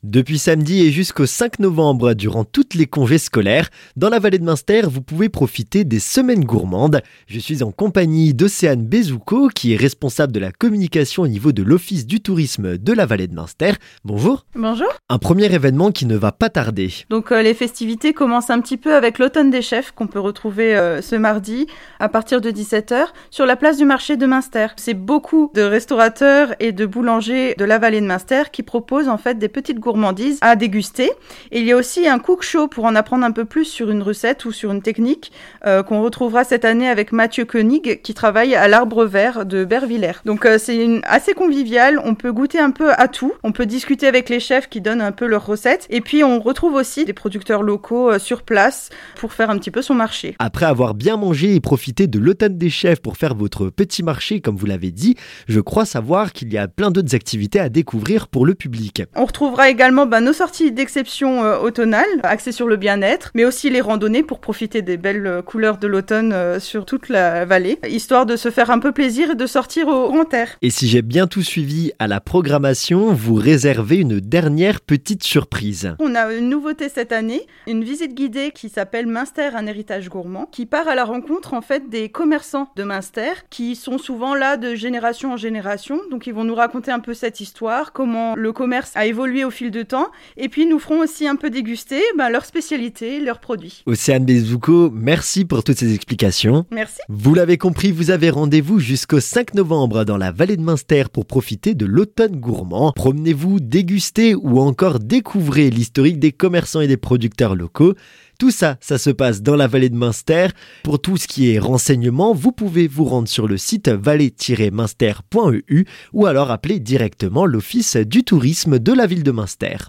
Depuis samedi et jusqu'au 5 novembre, durant toutes les congés scolaires, dans la vallée de Münster, vous pouvez profiter des semaines gourmandes. Je suis en compagnie d'Océane Bezouko, qui est responsable de la communication au niveau de l'Office du tourisme de la vallée de Münster. Bonjour. Bonjour. Un premier événement qui ne va pas tarder. Donc les festivités commencent un petit peu avec l'automne des chefs qu'on peut retrouver ce mardi à partir de 17h sur la place du marché de Münster. C'est beaucoup de restaurateurs et de boulangers de la vallée de Münster qui proposent en fait des petites gourmandises à déguster. Et il y a aussi un cook show pour en apprendre un peu plus sur une recette ou sur une technique qu'on retrouvera cette année avec Mathieu Koenig qui travaille à l'Arbre Vert de Bervillers. Donc c'est assez convivial, on peut goûter un peu à tout, on peut discuter avec les chefs qui donnent un peu leurs recettes et puis on retrouve aussi des producteurs locaux sur place pour faire un petit peu son marché. Après avoir bien mangé et profité de l'automne des chefs pour faire votre petit marché comme vous l'avez dit, je crois savoir qu'il y a plein d'autres activités à découvrir pour le public. On retrouvera également nos sorties d'exception automnales, axées sur le bien-être, mais aussi les randonnées pour profiter des belles couleurs de l'automne sur toute la vallée, histoire de se faire un peu plaisir et de sortir au grand air. Et si j'ai bien tout suivi à la programmation, vous réservez une dernière petite surprise. On a une nouveauté cette année, une visite guidée qui s'appelle Münster, un héritage gourmand, qui part à la rencontre en fait des commerçants de Münster, qui sont souvent là de génération en génération, donc ils vont nous raconter un peu cette histoire, comment le commerce a évolué au fil de temps, et puis nous ferons aussi un peu déguster leurs spécialités, leurs produits. Océane Bezouko, merci pour toutes ces explications. Merci. Vous l'avez compris, vous avez rendez-vous jusqu'au 5 novembre dans la vallée de Münster pour profiter de l'automne gourmand. Promenez-vous, dégustez ou encore découvrez l'historique des commerçants et des producteurs locaux. Tout ça, ça se passe dans la vallée de Münster. Pour tout ce qui est renseignements, vous pouvez vous rendre sur le site vallée-münster.eu ou alors appeler directement l'Office du tourisme de la ville de Münster.